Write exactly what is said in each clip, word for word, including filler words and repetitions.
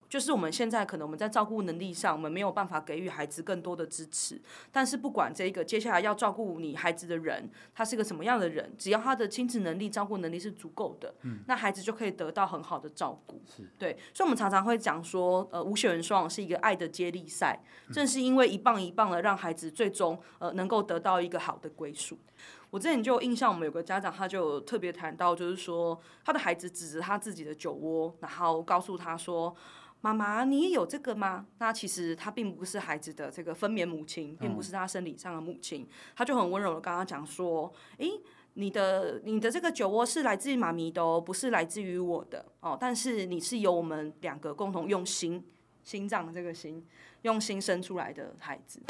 就是我们现在可能我们在照顾能力上，我们没有办法给予孩子更多的支持，但是不管这个接下来要照顾你孩子的人，他是个什么样的人，只要他的亲子能力、照顾能力是足够的，嗯、那孩子就可以得到很好的照顾。对，所以我们常常会讲说，呃，无血缘收养是一个爱的接力赛，正是因为一棒一棒的让孩子最终呃能够得到一个好的归属。我之前就有印象，我们有个家长他就有特别谈到，就是说他的孩子指着他自己的酒窝，然后告诉他说：“妈妈，你也有这个吗？”那其实他并不是孩子的这个分娩母亲，并不是他生理上的母亲，他就很温柔的跟他讲说：“诶，你的你的这个酒窝是来自于妈咪的哦，不是来自于我的哦。但是你是由我们两个共同用心心脏这个心用心生出来的孩子。”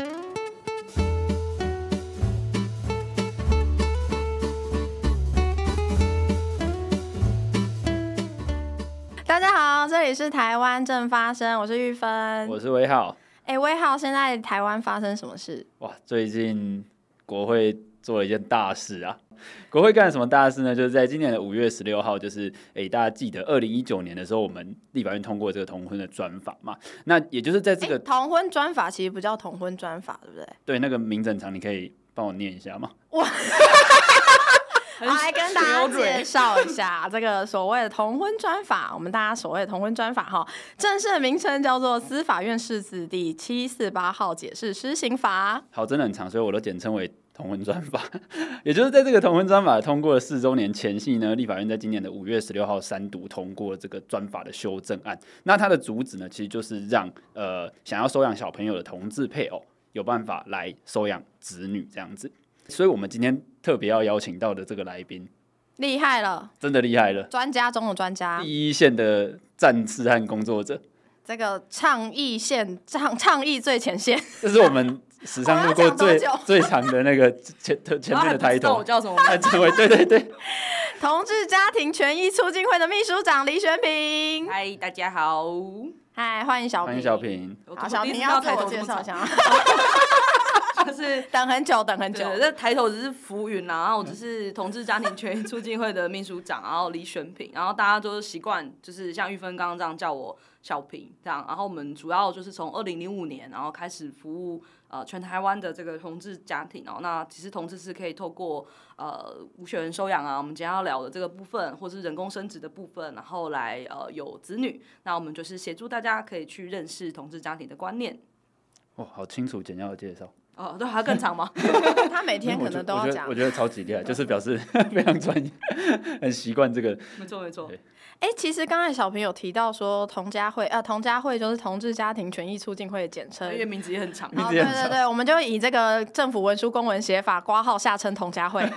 大家好，这里是台湾正发生，我是玉芬， 我是威浩。 哎，威浩，现在台湾发生什么事？ 哇，最近国会做了一件大事啊！国会干了什么大事呢？就是在今年的五月十六号，就是哎，大家记得二零一九年的时候，我们立法院通过这个同婚的专法嘛。那也就是在这个同婚专法，其实不叫同婚专法，对不对？ 对，那个名整长，你可以帮我念一下吗？ 哇！好，来跟大家介绍一下这个所谓的同婚专法。我们大家所谓的同婚专法哈，正式的名称叫做司法院释字第七四八号解释施行法。 好，真的很长，所以我都简称为同婚专法。也就是在这个同婚专法通过了四周年前夕呢，立法院在今年的五月十六号三读通过了这个专法的修正案。那它的主旨呢，其实就是让呃想要收养小朋友的同志配偶有办法来收养子女这样子。所以我们今天特别要邀请到的这个来宾， 厉害了， 真的厉害了， 专家中的专家， 第一线的战士和工作者， 这个倡议线倡倡议最前线， 这是我们史上录过最最长的那个前前面的抬头， 我叫什么？ 成为对对对， 同志家庭权益促进会的秘书长李选平。 嗨，大家好， 嗨，欢迎小平， 欢迎小平。 好，小平要自我介绍一下。 就是等很久，等很久。 这抬头只是浮云啦，然后我只是同志家庭权益促进会的秘书长，然后李选平，然后大家都习惯就是像玉芬刚刚这样叫我小平这样，然后我们主要就是从二零零五年然后开始服务呃全台湾的这个同志家庭哦，那其实同志是可以透过呃无血缘收养啊，我们今天要聊的这个部分，或是人工生殖的部分，然后来呃有子女，那我们就是协助大家可以去认识同志家庭的观念。 哇，好清楚简要的介绍。 哦，对，还要更长吗？ 他每天可能都要讲。 我觉得超级厉害，就是表示非常专业，很习惯这个。 没错没错。 哎、欸，其实刚才小朋友提到说同家会，呃，同家会就是同志家庭权益促进会的简称， 因为名字也很长。 名字也很长。 对对对，我们就以这个政府文书公文写法括号下称同家会。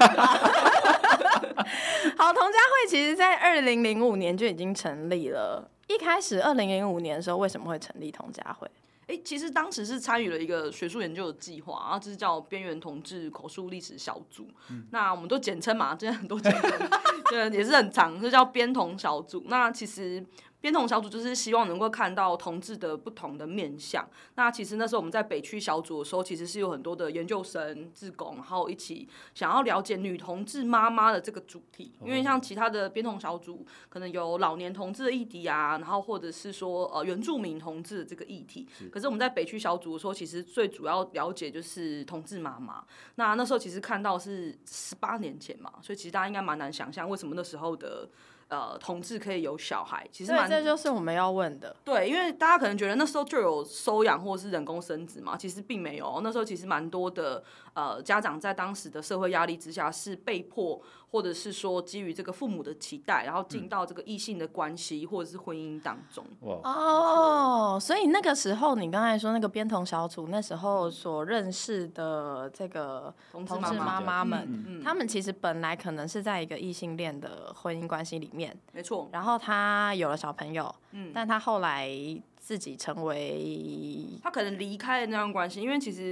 好，同家会其实在二零零五年就已经成立了。一开始二零零五年的时候，为什么会成立同家会？ 欸、其实当时是参与了一个学术研究的计划，然后这是叫边缘同志口述历史小组、嗯、那我们都简称嘛，真的很多简称对，也是很长，就叫边同小组。那其实边同小组就是希望能够看到同志的不同的面向。那其实那时候我们在北区小组的时候，其实是有很多的研究生、志工，然后一起想要了解女同志妈妈的这个主题。因为像其他的边同小组，可能有老年同志的议题啊，然后或者是说呃原住民同志的这个议题。可是我们在北区小组的时候，其实最主要了解就是同志妈妈。那那时候其实看到是十八年前嘛，所以其实大家应该蛮难想象为什么那时候的。呃，同志可以有小孩，其实蛮对，这就是我们要问的。 对，因为大家可能觉得那时候就有收养或是人工生殖嘛，其实并没有。那时候其实蛮多的呃家长在当时的社会压力之下是被迫，或者是说基于这个父母的期待，然后进到这个异性的关系、嗯、或者是婚姻当中。 哦，所以那个时候你刚才说那个边同小组那时候所认识的这个同志妈妈们、嗯嗯，他们其实本来可能是在一个异性恋的婚姻关系里面。 没错， 然后他有了小朋友，嗯，但他后来自己成为， 他可能离开了那段关系，因为其实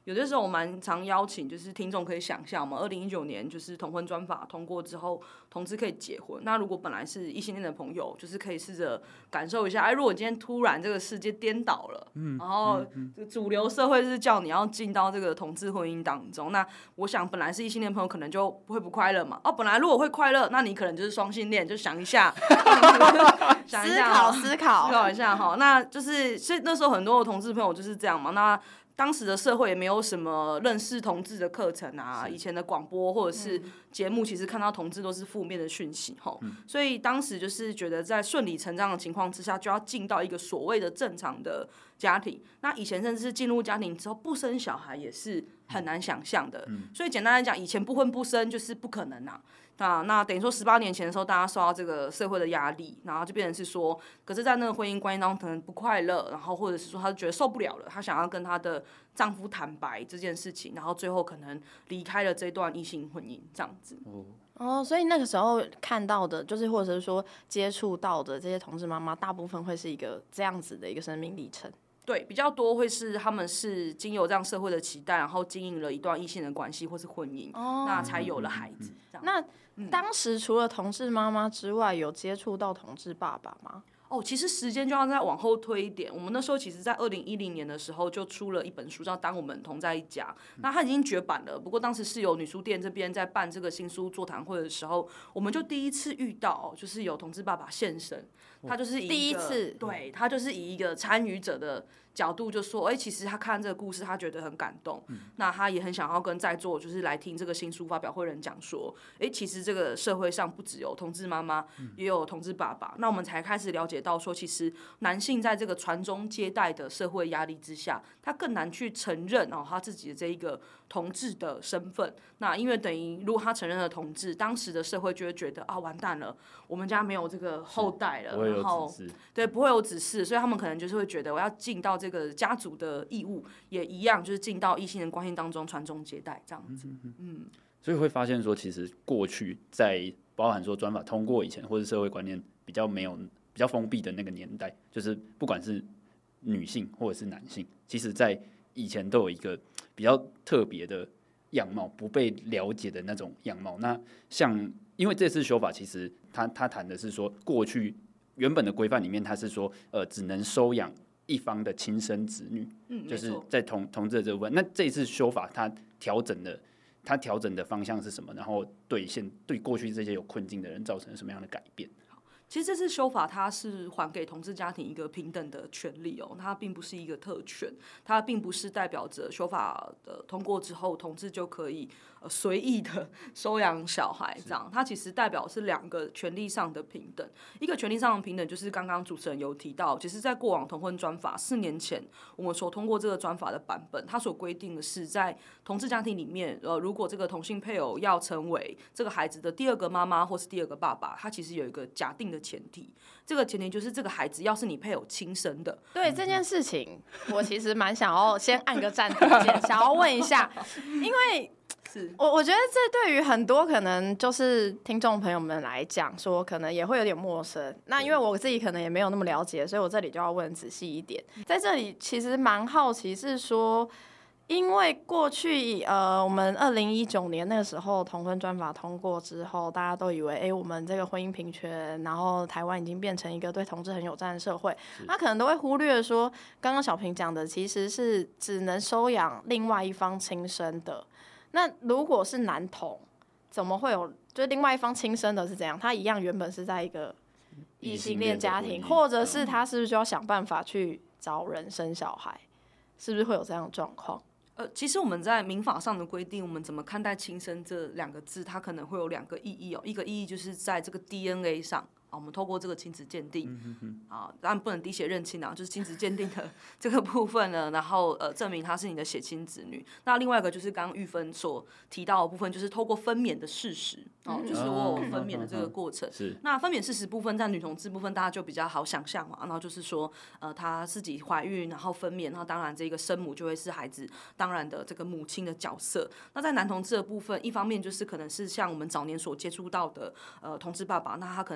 有的时候我蛮常邀请，就是听众可以想象，我们二零一九年就是同婚专法通过之后，同志可以结婚。那如果本来是异性恋的朋友，就是可以试着感受一下，哎，如果今天突然这个世界颠倒了，嗯、然后主流社会是叫你要进到这个同志婚姻当中，那我想本来是异性恋朋友可能就不会不快乐嘛。哦，本来如果会快乐，那你可能就是双性恋，就想一下，想一下、 哦、思考思考思考一下哈。那就是所以那时候很多的同志朋友就是这样嘛。那当时的社会也没有什么认识同志的课程啊，以前的广播或者是节目，其实看到同志都是负面的讯息吼、嗯，所以当时就是觉得在顺理成章的情况之下，就要进到一个所谓的正常的家庭。那以前甚至是进入家庭之后不生小孩也是很难想象的，嗯、所以简单来讲，以前不婚不生就是不可能啊。那那等于说十八年前的时候，大家受到这个社会的压力，然后就变成是说，可是，在那个婚姻关系当中可能不快乐，然后或者是说，他觉得受不了了，她想要跟她的丈夫坦白这件事情，然后最后可能离开了这段异性婚姻这样子。 哦，所以那个时候看到的，就是或者是说接触到的这些同志妈妈，大部分会是一个这样子的一个生命历程。 对，比较多会是他们是经由这样社会的期待，然后经营了一段异性的关系或是婚姻，哦、那才有了孩子。这样那、嗯、当时除了同志妈妈之外，有接触到同志爸爸吗？ 哦，其实时间就要再往后推一点。我们那时候其实，在二零一零年的时候就出了一本书，叫《当我们同在一家》。那它已经绝版了，不过当时是有女书店这边在办这个新书座谈会的时候，我们就第一次遇到，就是有同志爸爸现身。他就是以一个第一次， 对他就是以一个参与者的角度就说，哎、欸，其实他看这个故事，他觉得很感动，嗯、那他也很想要跟在座就是来听这个新书发表会人讲说，哎、欸，其实这个社会上不只有同志妈妈，嗯、也有同志爸爸。那我们才开始了解到说，其实男性在这个传宗接代的社会压力之下，他更难去承认哦他自己的这一个同志的身份。那因为等于如果他承认了同志，当时的社会就会觉得啊完蛋了，我们家没有这个后代了。然后对，不会有指示，所以他们可能就是会觉得我要尽到这个家族的义务，也一样就是进到异性人关系当中传宗接代这样子。嗯, 嗯， 所以会发现说，其实过去在包含说专法通过以前，或者社会观念比较没有比较封闭的那个年代，就是不管是女性或者是男性，其实在以前都有一个比较特别的样貌，不被了解的那种样貌。那像因为这次修法，其实他他谈的是说过去。原本的规范里面，它是说，呃，只能收养一方的亲生子女， 嗯， 就是在同同志的这部分。那这一次修法，它调整的，它调整的方向是什么？然后对现对过去这些有困境的人造成什么样的改变？ 其实这次修法，它是还给同志家庭一个平等的权利哦，它并不是一个特权，它并不是代表着修法的通过之后，同志就可以呃随意的收养小孩这样。它其实代表是两个权利上的平等，一个权利上的平等就是刚刚主持人有提到，其实在过往同婚专法四年前我们所通过这个专法的版本，它所规定的是在同志家庭里面，呃，如果这个同性配偶要成为这个孩子的第二个妈妈或是第二个爸爸，它其实有一个假定的前提，这个前提就是这个孩子要是你配偶亲生的。 对这件事情，我其实蛮想要先按个暂停键，想要问一下，因为我我觉得这对于很多可能就是听众朋友们来讲，说可能也会有点陌生。那因为我自己可能也没有那么了解，所以我这里就要问仔细一点。在这里其实蛮好奇是说。因为过去呃，我们二零一九年那个时候同婚专法通过之后，大家都以为哎、欸，我们这个婚姻平权，然后台湾已经变成一个对同志很友善的社会，那可能都会忽略说，刚刚小平讲的其实是只能收养另外一方亲生的。那如果是男同，怎么会有？就另外一方亲生的是怎样？他一样原本是在一个异性恋家庭，或者是他是不是就要想办法去找人生小孩？是不是会有这样的状况？ 呃，其实我们在民法上的规定，我们怎么看待亲生这两个字，它可能会有两个意义哦。一个意义就是在这个 D N A 上。啊，我们透过这个亲子鉴定，嗯、哼哼啊，当然不能滴血认亲啊，就是亲子鉴定的这个部分呢，然后呃证明他是你的血亲子女。那另外一个就是刚刚玉芬所提到的部分，就是透过分娩的事实，哦、嗯，就是我有分娩的这个过程。 是、嗯。 那分娩事实部分，在女同志部分，大家就比较好想象嘛。然后就是说，呃，她自己怀孕，然后分娩，然后当然这个生母就会是孩子当然的这个母亲的角色。那在男同志的部分，一方面就是可能是像我们早年所接触到的呃同志爸爸，那他可能是也是。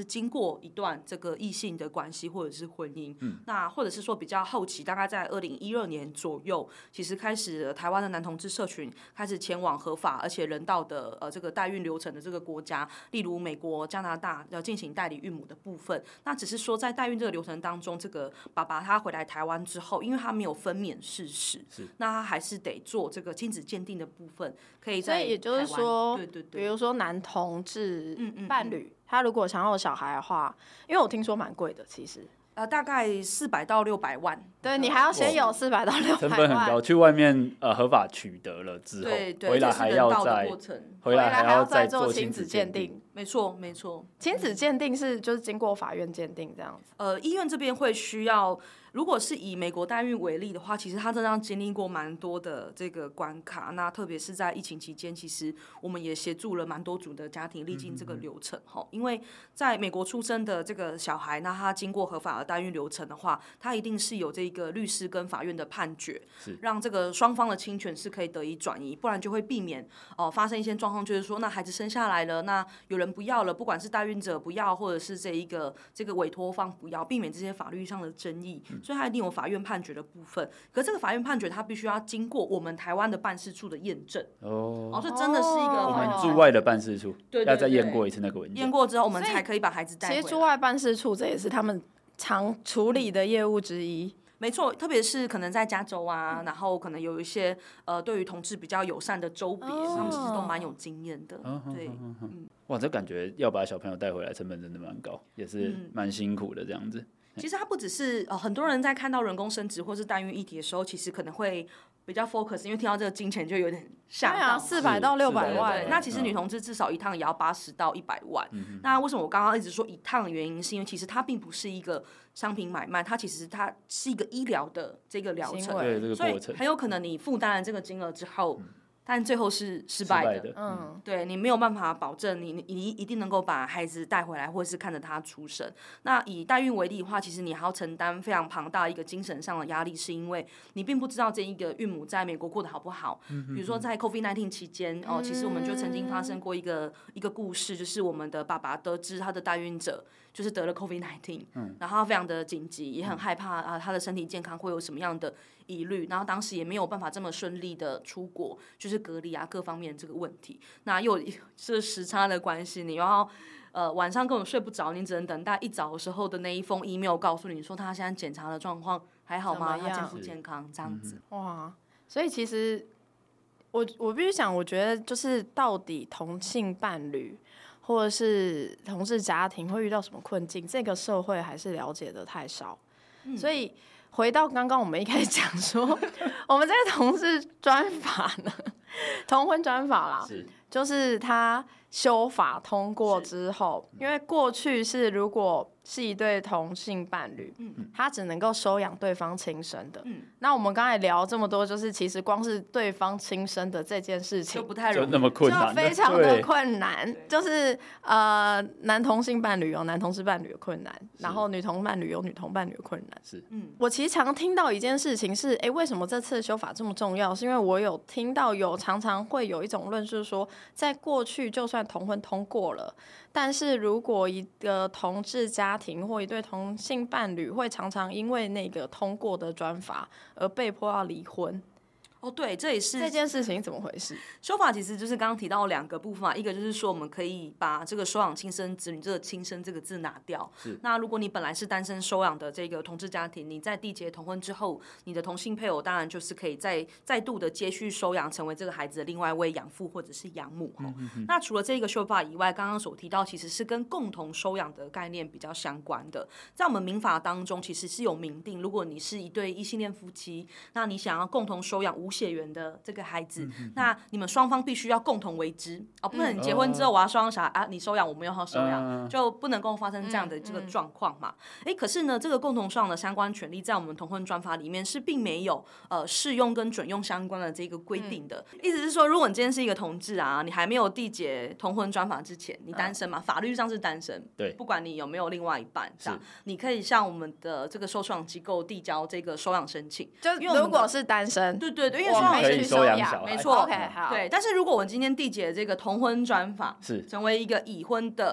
是经过一段这个异性的关系或者是婚姻，嗯、那或者是说比较后期，大概在二零一二年左右，其实开始台湾的男同志社群开始前往合法而且人道的呃这个代孕流程的这个国家，例如美国、加拿大要进行代理孕母的部分。那只是说在代孕这个流程当中，这个爸爸他回来台湾之后，因为他没有分娩事实，那他还是得做这个亲子鉴定的部分，可以在台湾。所以也就是说， 对对对， 比如说男同志伴侣，嗯嗯嗯他如果想要有小孩的话，因为我听说蛮贵的，其实。 呃，大概四百到六百万， 对你还要先有四百到六百万， 成本很高。去外面呃合法取得了之后， 对对回来还要再回来还要再做亲子鉴定。 没错没错， 亲子鉴定是就是经过法院鉴定这样子。 呃，医院这边会需要。如果是以美国代孕为例的话，其实他真的经历过蛮多的这个关卡。那特别是在疫情期间，其实我们也协助了蛮多组的家庭历经这个流程哈。因为在美国出生的这个小孩，那他经过合法的代孕流程的话，他一定是有这个律师跟法院的判决，让这个双方的侵权是可以得以转移，不然就会避免哦、呃、发生一些状况，就是说那孩子生下来了，那有人不要了，不管是代孕者不要，或者是这一个这个委托方不要，避免这些法律上的争议。所以它一定有法院判决的部分，可是这个法院判决它必须要经过我们台湾的办事处的验证哦，哦，这真的是一个我们驻外的办事处， 对对对， 要再验过一次那个文件， 验过之后我们才可以把孩子带回来。 其实驻外办事处这也是他们常处理的业务之一。 没错，特别是可能在加州啊，嗯、然后可能有一些呃对于同志比较友善的州别，哦、他们其实都蛮有经验的。哦、对、哦嗯，哇，这感觉要把小朋友带回来成本真的蛮高，也是蛮辛苦的这样子。嗯其实它不只是呃，很多人在看到人工生殖或是代孕议题的时候，其实可能会比较 focus， 因为听到这个金钱就有点吓到。 对啊，四百到六百万。 对，那其实女同志至少一趟也要八十到一百万。嗯、那为什么我刚刚一直说一趟的原因，是因为其实它并不是一个商品买卖，它其实它是一个医疗的这个疗程， 对这个过程， 所以很有可能你负担了这个金额之后。嗯但最后是失败的， 失败的嗯，对你没有办法保证你你一定能够把孩子带回来，或者是看着他出生。那以代孕为例的话，其实你还要承担非常庞大一个精神上的压力，是因为你并不知道这一个孕母在美国过得好不好。嗯、比如说在 COVID 十九 期间，哦，其实我们就曾经发生过一个、嗯、一个故事，就是我们的爸爸得知他的代孕者就是得了 COVID 十九，嗯，然后他非常的紧急，也很害怕啊，他的身体健康会有什么样的疑虑，然后当时也没有办法这么顺利的出国，就是隔离啊各方面这个问题。那又是时差的关系，你又要呃晚上根本睡不着，你只能等待一早的时候的那一封 email 告诉你说他现在检查的状况还好吗？他健不健康这样子。 哇，所以其实我我必须讲，我觉得就是到底同性伴侣或者是同志家庭会遇到什么困境，这个社会还是了解的太少，嗯、所以。回到刚刚我们一开始讲说，我们这个同志专法呢，同婚专法啦，是就是他修法通过之后，因为过去是如果是一对同性伴侣，嗯、他只能够收养对方亲生的。嗯、那我们刚才聊这么多，就是其实光是对方亲生的这件事情就不太容易， 就那么困难， 就非常的困难。就是呃，男同性伴侣有男同志伴侣的困难，然后女同伴侣有女同伴侣的困难。 是， 嗯，我其实常听到一件事情是，哎，为什么这次的修法这么重要？是因为我有听到有常常会有一种论述说，在过去就算同婚通过了，但是如果一个同志家庭或一对同性伴侣会常常因为那个通过的专法而被迫要离婚。 哦，对，这也是这件事情怎么回事？ 修法其实就是刚刚提到两个部分嘛，一个就是说我们可以把这个收养亲生子女这个亲生这个字拿掉。那如果你本来是单身收养的这个同志家庭，你在缔结同婚之后，你的同性配偶当然就是可以再再度的接续收养，成为这个孩子的另外一位养父或者是养母。嗯嗯嗯，那除了这个修法以外，刚刚所提到其实是跟共同收养的概念比较相关的。在我们民法当中，其实是有明定，如果你是一对异性恋夫妻，那你想要共同收养无血缘的这个孩子，嗯嗯嗯，那你们双方必须要共同为之哦，不能你结婚之后我要收养小孩、嗯、啊，你收养我们又要收养、嗯，就不能够发生这样的这个状况嘛。哎、嗯嗯，可是呢，这个共同收养的相关权利在我们同婚专法里面是并没有呃适用跟准用相关的这个规定的、嗯。意思是说，如果你今天是一个同志啊，你还没有缔结同婚专法之前，你单身嘛，嗯、法律上是单身， 对， 不管你有没有另外一半，这样你可以向我们的这个收养机构递交这个收养申请。 就如果是单身， 对对对，因为收养可以收养小孩， 没错。 OK， 好。 对，但是如果我今天缔结这个同婚专法， 是成为一个已婚的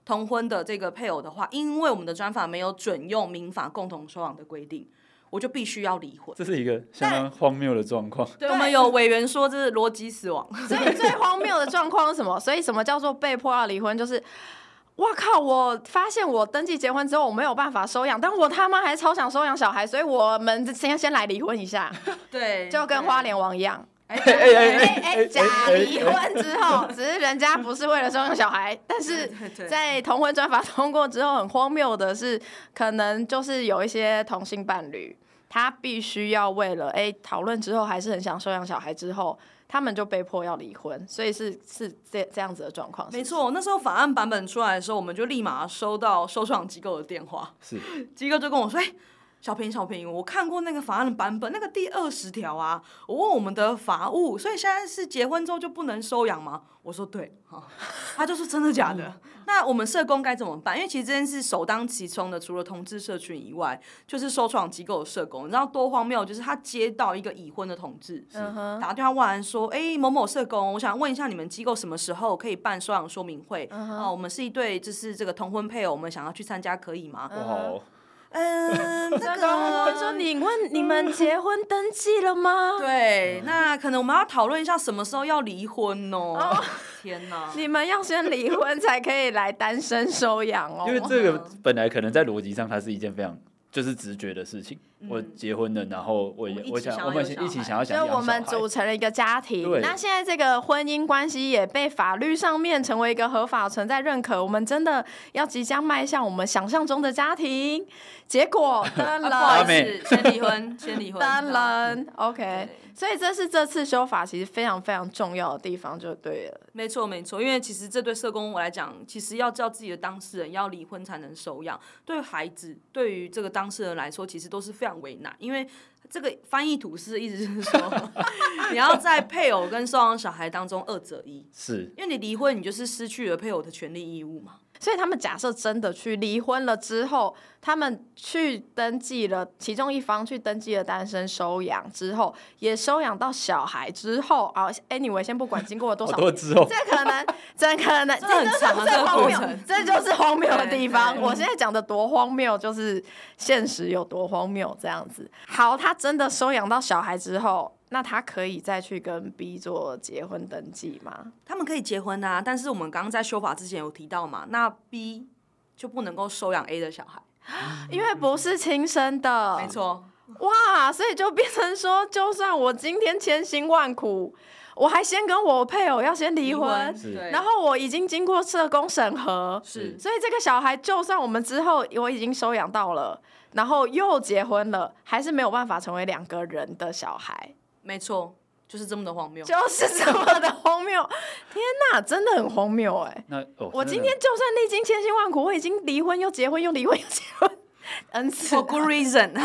同婚的这个配偶的话，因为我们的专法没有准用民法共同收养的规定，我就必须要离婚。 这是一个相当荒谬的状况。 对，我们有委员说这是逻辑死亡。 所以最荒谬的状况是什么？所以什么叫做被迫要离婚？就是哇靠！我发现我登记结婚之后我没有办法收养，但我他妈还超想收养小孩，所以我们先先来离婚一下。 对， 就跟花莲王一样。 哎哎哎，假离婚之后，只是人家不是为了收养小孩，但是在同婚专法通过之后，很荒谬的是，可能就是有一些同性伴侣，他必须要为了哎讨论之后还是很想收养小孩之后，他们就被迫要离婚，所以是是这这样子的状况。 没错，那时候法案版本出来的时候，我们就立马收到收养机构的电话， 是机构就跟我说，哎、欸。小平，小平，我看过那个法案的版本，那个第二十条啊，我问我们的法务，所以现在是结婚之后就不能收养吗？我说对，他就说真的假的？那我们社工该怎么办？因为其实这件事首当其冲的，除了同志社群以外，就是收养机构的社工。你知道多荒谬？就是他接到一个已婚的同志打电话问来说，哎、欸，某某社工，我想问一下你们机构什么时候可以办收养说明会？啊、uh-huh. 呃，我们是一对就是这个同婚配偶，我们想要去参加，可以吗？ 哇。 嗯， 那个我说，你问你们结婚登记了吗？ 对，那可能我们要讨论一下什么时候要离婚哦。哦天哪， 你们要先离婚才可以来单身收养哦。 因为这个本来可能在逻辑上，它是一件非常就是直觉的事情。嗯、我结婚了，然后我我想我们一起想要想养小孩， 就我们组成了一个家庭。那现在这个婚姻关系也被法律上面成为一个合法存在认可，我们真的要即将迈向我们想象中的家庭。结果当然、 啊、不好意思，先离婚，先离婚。 当然 ，OK。所以这是这次修法其实非常非常重要的地方，就对了。 没错，没错，因为其实这对社工我来讲，其实要叫自己的当事人要离婚才能收养，对孩子，对于这个当事人来说，其实都是非常为难，因为这个翻译吐司的意思就是说，你要在配偶跟收养小孩当中二择一， 是因为你离婚，你就是失去了配偶的权利义务嘛。 所以他们假设真的去离婚了之后，他们去登记了，其中一方去登记了单身收养之后，也收养到小孩之后啊 ，anyway， 先不管经过了多少年， 之后这可能，这可能， 这很长的这个过程， 这就是荒谬的地方。我现在讲的多荒谬，就是现实有多荒谬这样子。好，他真的收养到小孩之后。那他可以再去跟 B 做结婚登记吗？ 他们可以结婚啊，但是我们刚刚在修法之前有提到嘛，那 B 就不能够收养 A 的小孩， 因为不是亲生的。 没错。 哇，所以就变成说，就算我今天千辛万苦，我还先跟我配偶要先离婚，然后我已经经过社工审核， 是， 所以这个小孩就算我们之后我已经收养到了，然后又结婚了，还是没有办法成为两个人的小孩。 没错，就是这么的荒谬， 就是这么的荒谬。天哪，真的很荒谬哎、欸！ 那、哦、 我今天就算历经千辛万苦，我已经离婚又结婚又离婚又结婚 ，n 次 for good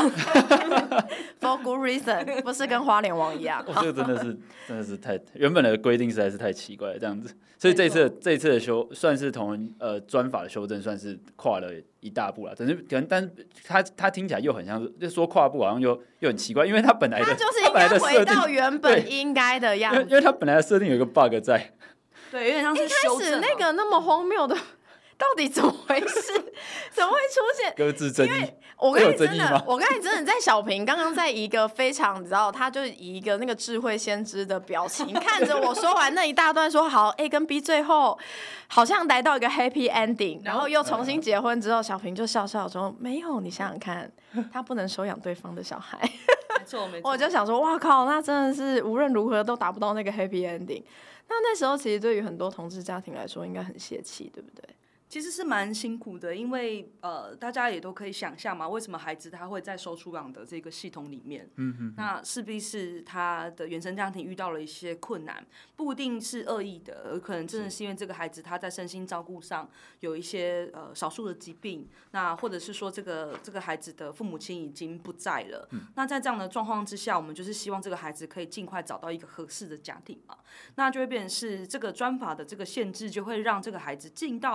reason，for good reason， 不是跟花莲王一样。 我、哦、这个真的是真的是太原本的规定实在是太奇怪了，这样子。所以这一次这一次的修算是同呃专法的修正，算是跨了一大步了。但是可能，但是他他听起来又很像，就说跨步好像又又很奇怪，因为他本来的他就是应该回到原本应该的样子， 因为他本来的设定有一个 bug 在， 对，有点像是修正。 一开始那个那么荒谬的。到底怎么回事？怎么会出现各自争议？ 因为我跟你真的，我跟你真的在小平刚刚在一个非常你知道，他就以一个那个智慧先知的表情看着我说完那一大段，说好 A 跟 B 最后好像来到一个 happy ending， 然后又重新结婚之后，小平就笑笑说：“没有，你想想看，他不能收养对方的小孩。” 没错没错。 我就想说，哇靠，那真的是无论如何都达不到那个 happy ending。那那时候其实对于很多同志家庭来说，应该很泄气，对不对？ 其实是蛮辛苦的，因为呃，大家也都可以想象嘛，为什么孩子他会在收出养的这个系统里面？嗯嗯，那势必是他的原生家庭遇到了一些困难，不一定是恶意的，而可能真的是因为这个孩子他在身心照顾上有一些呃少数的疾病，那或者是说这个这个孩子的父母亲已经不在了，嗯、那在这样的状况之下，我们就是希望这个孩子可以尽快找到一个合适的家庭嘛，那就会变成是这个专法的这个限制，就会让这个孩子进到了。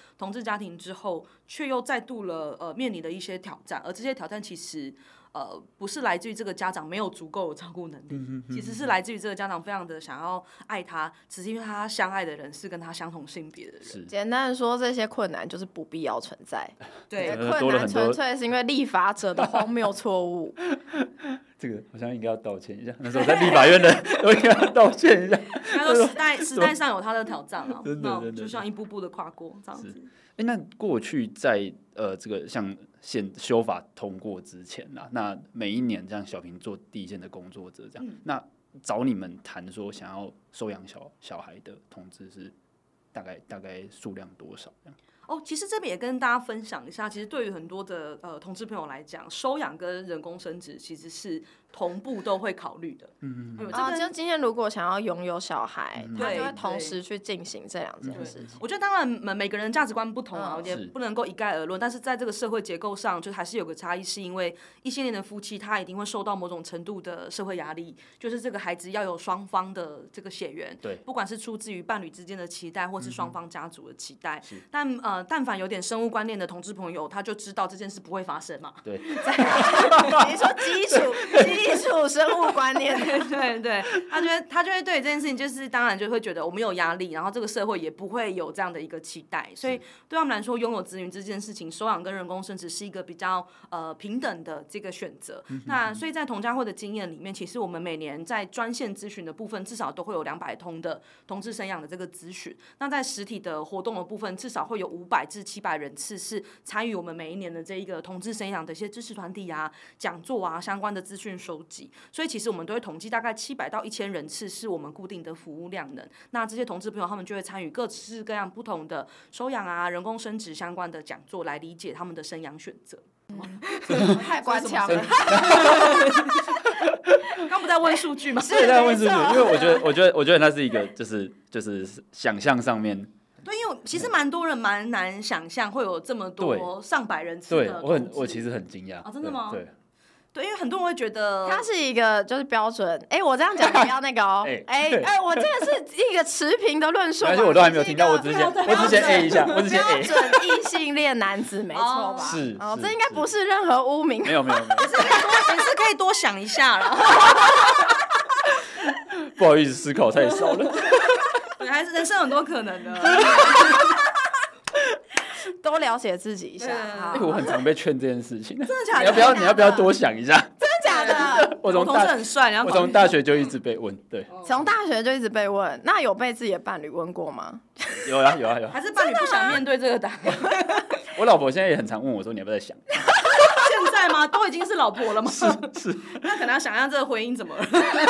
同志家庭之后，却又再度了呃面临的一些挑战，而这些挑战其实。呃，不是来自于这个家长没有足够的照顾能力，嗯、其实是来自于这个家长非常的想要爱他，只是因为他相爱的人是跟他相同性别的人。 简单的说，这些困难就是不必要存在。 对， 困难纯粹是因为立法者的荒谬错误。 这个好像应该要道歉一下，那时候在立法院的都应该要道歉一下。 他说时代时代上有他的挑战啊，那就像一步步的跨过这样子。 哎，那过去在呃这个像宪修法通过之前啦，那每一年这样小平做第一线的工作者这样，嗯、那找你们谈说想要收养小小孩的同志是大概大概数量多少这样？ 哦，其实这边也跟大家分享一下，其实对于很多的呃同志朋友来讲，收养跟人工生殖其实是同步都会考虑的。 嗯嗯。啊，就今天如果想要拥有小孩， 嗯、 他就会同时去进行这两件事情。 我觉得当然每每个人价值观不同啊，我也不能够一概而论。但是在这个社会结构上，就还是有个差异，是因为异性恋的夫妻他一定会受到某种程度的社会压力，就是这个孩子要有双方的这个血缘， 对， 不管是出自于伴侣之间的期待，或是双方家族的期待。嗯、但呃，但凡有点生物观念的同志朋友，他就知道这件事不会发生嘛。 对， 你说基础基础生物观念， 对对，他就会他就会对这件事情，就是当然就会觉得我们有压力，然后这个社会也不会有这样的一个期待，所以对他们来说，拥有子女这件事情，收养跟人工生殖是一个比较呃平等的这个选择。嗯、那所以在同家会的经验里面，其实我们每年在专线咨询的部分，至少都会有两百通的同志生养的这个咨询。那在实体的活动的部分，至少会有五百至七百人次是参与我们每一年的这一个同志生养的一些支持团体啊、讲座啊相关的资讯收集。所以其实我们都会统计大概七百到一千人次是我们固定的服务量能。那这些同志朋友他们就会参与各式各样不同的收养啊、人工生殖相关的讲座，来理解他们的生养选择。 嗯、太官腔了。 刚不在问数据吗？ 是在问数据，因为我觉得，我觉得，我觉得那是一个，就是就是想象上面。 对，因为其实蛮多人蛮难想象会有这么多上百人次的。 对，我很，我其实很惊讶。 啊，真的吗？ 对。 对，因为很多人会觉得它是一个就是标准。哎，我这样讲不要那个哦。哎哎，我这个是一个持平的论述。 而且我都还没有听到，我之前我之前 A 一下，我之前 A。 标准异性恋男子，没错吧？ 是。 哦，这应该不是任何污名。 没有没有没有。 也是可以多，也是可以多想一下了。 不好意思，思考太少了。 还是人生很多可能的。 多了解自己一下。 哎，我很常被劝这件事情。 真的假的？ 你要不要？你要不要多想一下？ 真的假的？ 我从大很帅， 我从大学就一直被问，对。 从大学就一直被问，那有被自己的伴侣问过吗？ 有啊有啊有。 还是伴侣不想面对这个答案？ 我老婆现在也很常问我说：“你要不要再想？” 现在吗？都已经是老婆了吗？ 是是。 那可能要想象这个回应怎么了？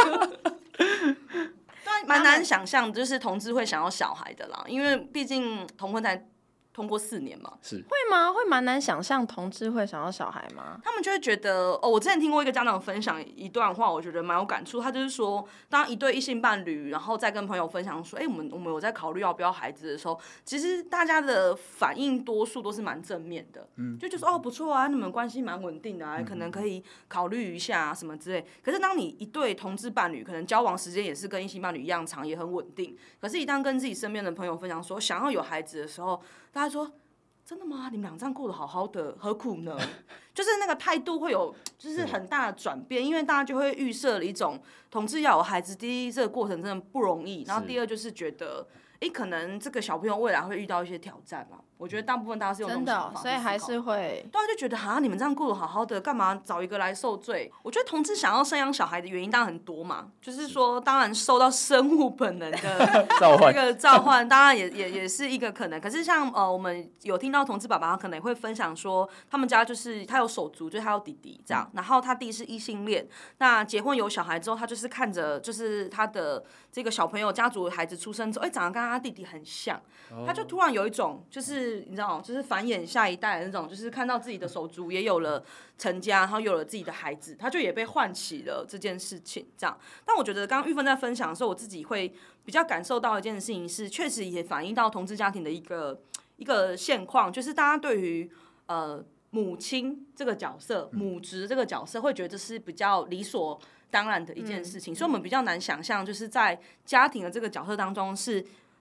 对，蛮难想象，就是同志会想要小孩的啦，因为毕竟同婚才通过四年嘛。 是会吗？会蛮难想象同志会想要小孩吗？ 他们就会觉得哦，我之前听过一个家长分享一段话，我觉得蛮有感触。他就是说，当一对异性伴侣，然后再跟朋友分享说，哎、欸，我们我们有在考虑要不要孩子的时候，其实大家的反应多数都是蛮正面的，嗯，就觉得哦不错啊，你们关系蛮稳定的啊，可能可以考虑一下啊什么之类。可是当你一对同志伴侣，可能交往时间也是跟异性伴侣一样长，也很稳定，可是，一旦跟自己身边的朋友分享说想要有孩子的时候，大家说。真的吗？你们俩这样过得好好的，何苦呢？就是那个态度会有，就是很大的转变，因为大家就会预设了一种同志要有孩子，第一这个过程真的不容易，然后第二就是觉得，哎，可能这个小朋友未来会遇到一些挑战嘛。我觉得大部分大家是有这种想法， 所以还是会， 对啊，就觉得哈，你们这样过得好好的，干嘛找一个来受罪？我觉得同志想要生养小孩的原因当然很多嘛，就是说，当然受到生物本能的这个召唤，当然也也也是一个可能。可是像呃，我们有听到同志爸爸，他可能也会分享说，他们家就是他有手足，就是他有弟弟这样，然后他弟是异性恋，那结婚有小孩之后，他就是看着就是他的这个小朋友家族的孩子出生之后，哎，长得跟他弟弟很像，他就突然有一种就是你知道，就是繁衍下一代的那种，就是看到自己的手足也有了成家，然后有了自己的孩子，他就也被唤起了这件事情。这样，但我觉得刚刚玉芬在分享的时候，我自己会比较感受到一件事情是，确实也反映到同志家庭的一个一个现况，就是大家对于呃母亲这个角色、母职这个角色，会觉得这是比较理所当然的一件事情，嗯、所以我们比较难想象，就是在家庭的这个角色当中是。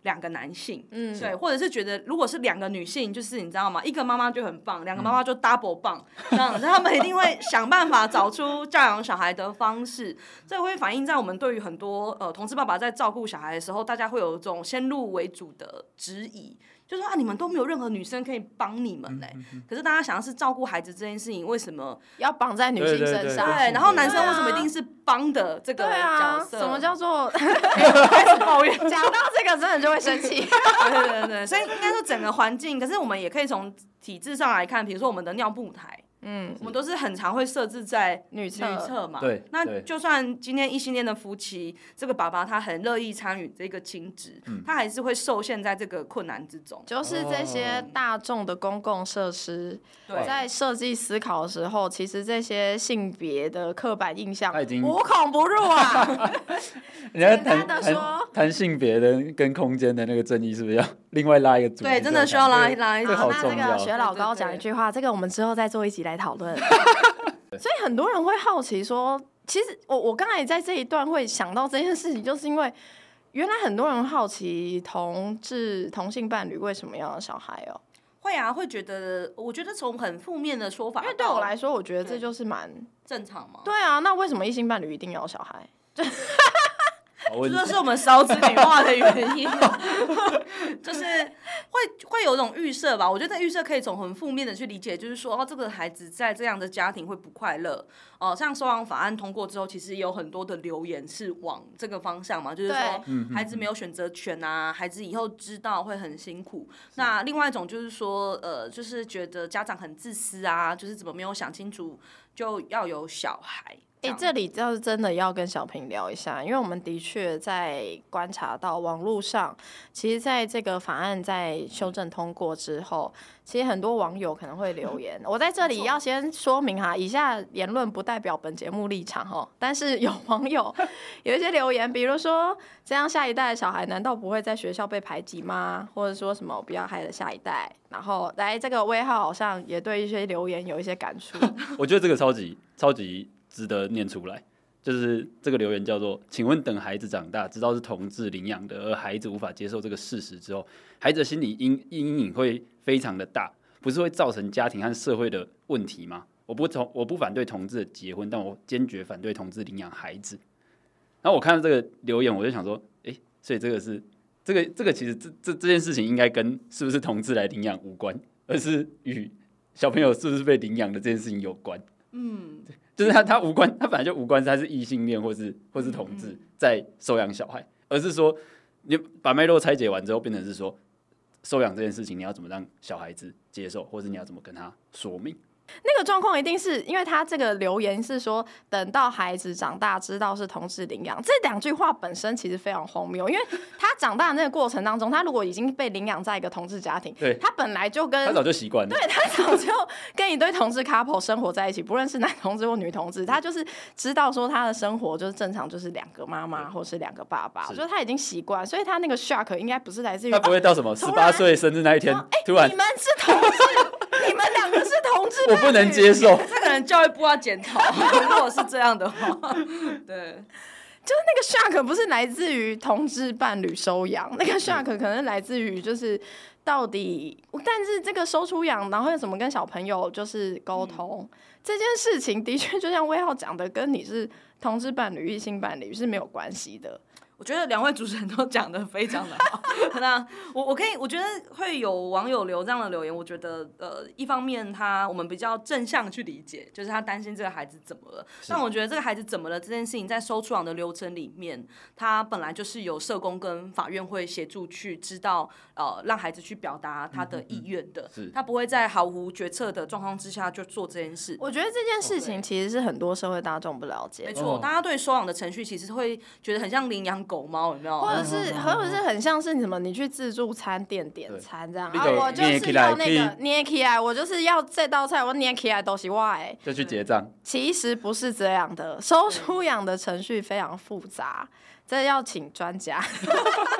两个男性， 嗯， 对，或者是觉得如果是两个女性，就是你知道吗？一个妈妈就很棒，两个妈妈就 double 棒，这样，他们一定会想办法找出教养小孩的方式。这会反映在我们对于很多呃同志爸爸在照顾小孩的时候，大家会有一种先入为主的质疑。就说啊，你们都没有任何女生可以帮你们嘞、欸嗯嗯嗯。可是大家想要是照顾孩子这件事情，为什么要绑在女性身上？ 对，然后男生为什么一定是帮的这个角色？ 对啊、什么叫做开始抱怨？ 讲到这个真的就会生气。 对对对，所以应该说整个环境，可是我们也可以从体制上来看，比如说我们的尿布台。嗯，我们都是很常会设置在女厕嘛， 对， 那就算今天异性恋的夫妻，这个爸爸他很乐意参与这个亲职、嗯，他还是会受限在这个困难之中。 就是这些大众的公共设施，在设计思考的时候，其实这些性别的刻板印象无孔不入啊。 你要谈谈性别的跟空间的那个正义，是不是要另外拉一个主题？ 对，真的需要拉一拉一。 好，那这个学老高讲一句话，这个我们之后再做一集来讨论。所以很多人会好奇说，其实我我刚才在这一段会想到这件事情，就是因为原来很多人好奇同志同性伴侣为什么要有小孩哦。 会啊，会觉得，我觉得从很负面的说法， 因为对我来说，我觉得这就是蛮正常嘛。 对啊，那为什么异性伴侣一定要有小孩？ 这就是我们少子女化的原因，就是会会有一种预设吧。我觉得预设可以从很负面的去理解，就是说，哦，这个孩子在这样的家庭会不快乐。哦、呃，像收养法案通过之后，其实也有很多的留言是往这个方向嘛，就是说孩子没有选择权啊，孩子以后知道会很辛苦。那另外一种就是说，呃，就是觉得家长很自私啊，就是怎么没有想清楚就要有小孩。 哎、欸，这里就是真的要跟小平聊一下，因为我们的确在观察到网络上，其实在这个法案在修正通过之后，其实很多网友可能会留言。我在这里要先说明哈，以下言论不代表本节目立场哈，但是有网友有一些留言，比如说这样下一代的小孩难道不会在学校被排挤吗？或者说什么不要害了下一代？然后来这个威浩好像也对一些留言有一些感触。 我觉得这个超级超级。值得念出来，就是这个留言叫做：请问等孩子长大，知道是同志领养的，而孩子无法接受这个事实之后，孩子的心理阴阴影会非常的大，不是会造成家庭和社会的问题吗？我不同我不反对同志的结婚，但我坚决反对同志领养孩子。然后我看到这个留言，我就想说，哎、欸，所以这个是这个这个其实这这这件事情应该跟是不是同志来领养无关，而是与小朋友是不是被领养的这件事情有关。嗯。就是他，他无关，他本来就无关，他是异性恋或是或是同志在收养小孩，而是说你把脉络拆解完之后，变成是说收养这件事情，你要怎么让小孩子接受，或是你要怎么跟他说明。 那个状况一定是因为他这个留言是说等到孩子长大知道是同志领养，这两句话本身其实非常荒谬，因为他长大的那个过程当中，他如果已经被领养在一个同志家庭， 对， 他本来就跟他早就习惯了， 对，他早就跟一对同志 couple 生活在一起，不论是男同志或女同志，他就是知道说他的生活就是正常，就是两个妈妈或是两个爸爸，就是他已经习惯，所以他那个 shock 应该不是来自于他不会到什么十八岁生日那一天， 欸、 突然你们是同志，你们两个是同志， 我不能接受。 这可能教育部要检讨，如果是这样的话，对， 就是那个 shock 不是来自于同志伴侣收养，那个 shock 可能来自于就是到底，但是这个收出养，然后要怎么跟小朋友就是沟通、嗯、这件事情，的确就像威浩讲的，跟你是同志伴侣、异性伴侣是没有关系的。 我觉得两位主持人都讲得非常的好。那我我可以，我觉得会有网友留这样的留言，我觉得呃，一方面他我们比较正向去理解，就是他担心这个孩子怎么了。但我觉得这个孩子怎么了这件事情，在收出养的流程里面，他本来就是有社工跟法院会协助去知道呃，让孩子去表达他的意愿的、嗯，他不会在毫无决策的状况之下就做这件事。 我觉得这件事情其实是很多社会大众不了解的。 没错，大家对收养的程序其实会觉得很像领养狗猫，有没有？ 或者是，或者是很像是什么，你去自助餐店点餐这样，啊，我就是要那个捏起来，我就是要这道菜，我捏起来都是我的， 就去结账。 其实不是这样的，收出养的程序非常复杂，这要请专家。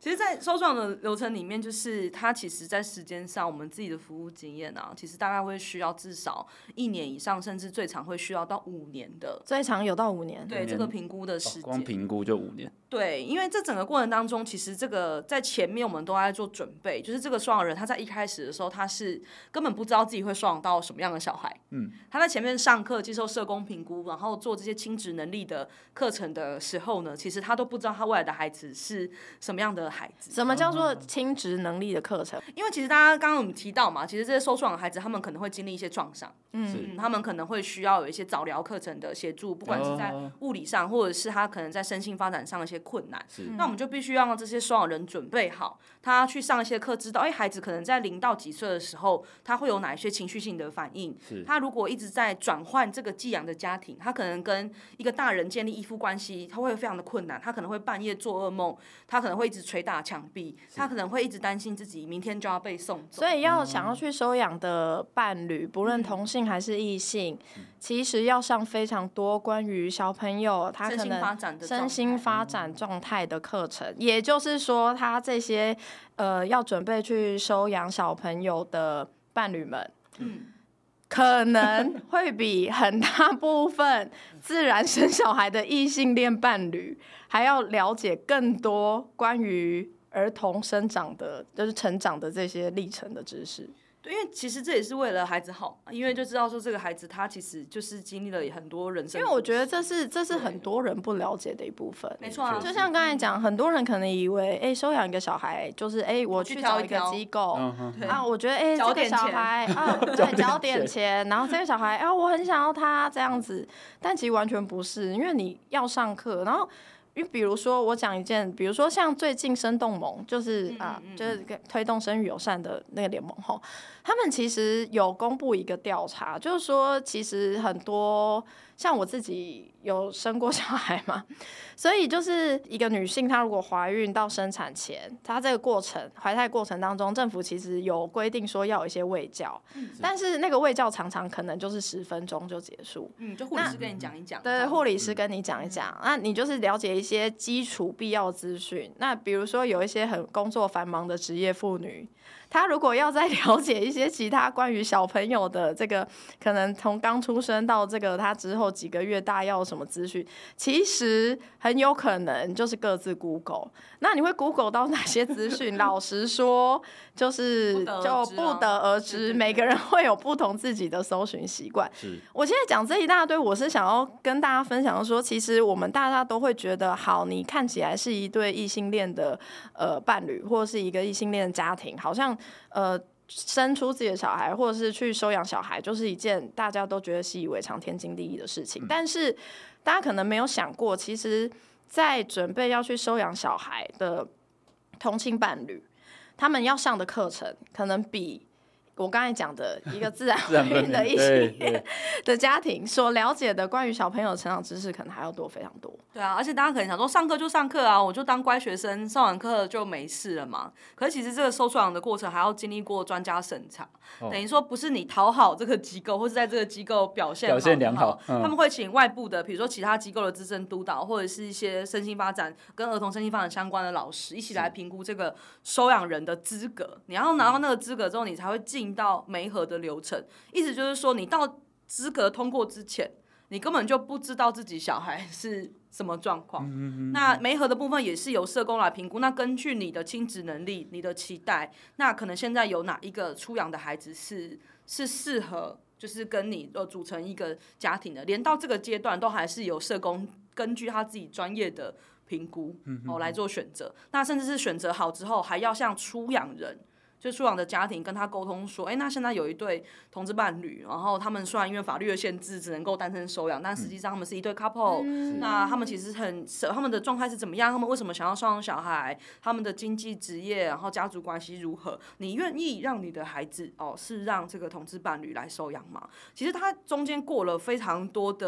其实，在收创的流程里面，就是它其实，在时间上，我们自己的服务经验啊，其实大概会需要至少一年以上，甚至最长会需要到五年的， 最长有到五年。 对这个评估的时间， 光评估就五年。 对，因为这整个过程当中，其实这个在前面我们都在做准备，就是这个收养人他在一开始的时候，他是根本不知道自己会收养到什么样的小孩。嗯，他在前面上课接受社工评估，然后做这些亲职能力的课程的时候呢，其实他都不知道他未来的孩子是什么样的孩子。 什么叫做亲职能力的课程？ 因为其实大家刚刚我们提到嘛，其实这些收收养的孩子，他们可能会经历一些创伤。嗯，他们可能会需要有一些早疗课程的协助，不管是在物理上，或者是他可能在身心发展上的一些困难。那我们就必须要让这些收养人准备好，他去上一些课，知道哎，孩子可能在零到几岁的时候，他会有哪一些情绪性的反应。他如果一直在转换这个寄养的家庭，他可能跟一个大人建立依附关系，他会非常的困难。他可能会半夜做噩梦，他可能会一直捶打墙壁，他可能会一直担心自己明天就要被送走。 所以要想要去收养的伴侣，不论同性还是异性，嗯、其实要上非常多关于小朋友他可能身心发展状态的课程。也就是说，他这些呃要准备去收养小朋友的伴侣们，嗯，可能会比很大部分自然生小孩的异性恋伴侣还要了解更多关于儿童生长的，就是成长的这些历程的知识。 对，因为其实这也是为了孩子好，因为就知道说这个孩子他其实就是经历了很多人生。 因为我觉得这是这是很多人不了解的一部分。 没错啊， 就像刚才讲，很多人可能以为，哎、欸，收养一个小孩就是，哎、欸，我去找一个机构啊，我觉得，哎、欸，这个小孩啊，对，缴点钱，然后这个小孩啊，我很想要他这样子，但其实完全不是，因为你要上课，然后。因为比如说我讲一件，比如说像最近生动盟，就是啊、呃，就是推动生育友善的那个联盟吼，他们其实有公布一个调查，就是说其实很多像我自己有生过小孩嘛，所以就是一个女性她如果怀孕到生产前，她这个过程怀胎过程当中，政府其实有规定说要有一些卫教，嗯、但是那个卫教常常可能就是十分钟就结束， 嗯，就护理师跟你讲一讲， 对，护理师跟你讲一讲，那、嗯、你就是了解一些基础必要资讯。那比如说有一些很工作繁忙的职业妇女，她如果要再了解一些其他关于小朋友的这个，可能从刚出生到这个他之后几个月大要什么资讯，其实很有可能就是各自 Google。那你会 Google 到哪些资讯？老实说，就是就不得而知。每个人会有不同自己的搜寻习惯。我现在讲这一大堆，我是想要跟大家分享说，其实我们大家都会觉得，好，你看起来是一对异性恋的呃伴侣，或是一个异性恋的家庭，好像呃。生出自己的小孩，或者是去收养小孩，就是一件大家都觉得习以为常、天经地义的事情。嗯、但是大家可能没有想过，其实，在准备要去收养小孩的同性伴侣，他们要上的课程，可能比我刚才讲的一个自然怀孕的异性恋的家庭所了解的关于小朋友的成长知识，可能还要多非常多。 对啊，而且大家可能想说，上课就上课啊，我就当乖学生，上完课就没事了嘛。可是其实这个收收养的过程还要经历过专家审查，哦、等于说不是你讨好这个机构，或是在这个机构表现好表现良好，嗯、 他们会请外部的，比如说其他机构的资深督导，或者是一些身心发展跟儿童身心发展相关的老师，一起来评估这个收养人的资格。你要拿到那个资格之后，你才会进到媒合的流程。意思就是说，你到资格通过之前，你根本就不知道自己小孩是什么状况。嗯嗯嗯，那媒合的部分也是由社工来评估。那根据你的亲子能力、你的期待，那可能现在有哪一个出养的孩子是是适合，就是跟你呃组成一个家庭的。连到这个阶段，都还是由社工根据他自己专业的评估哦来做选择。那甚至是选择好之后，还要向出养人。就出养的家庭跟他沟通说，哎、欸，那现在有一对同志伴侣，然后他们虽然因为法律的限制只能够单身收养，但实际上他们是一对 couple，、嗯、那他们其实很他们的状态是怎么样？他们为什么想要收养小孩？他们的经济职业，然后家族关系如何？你愿意让你的孩子哦是让这个同志伴侣来收养吗？其实他中间过了非常多的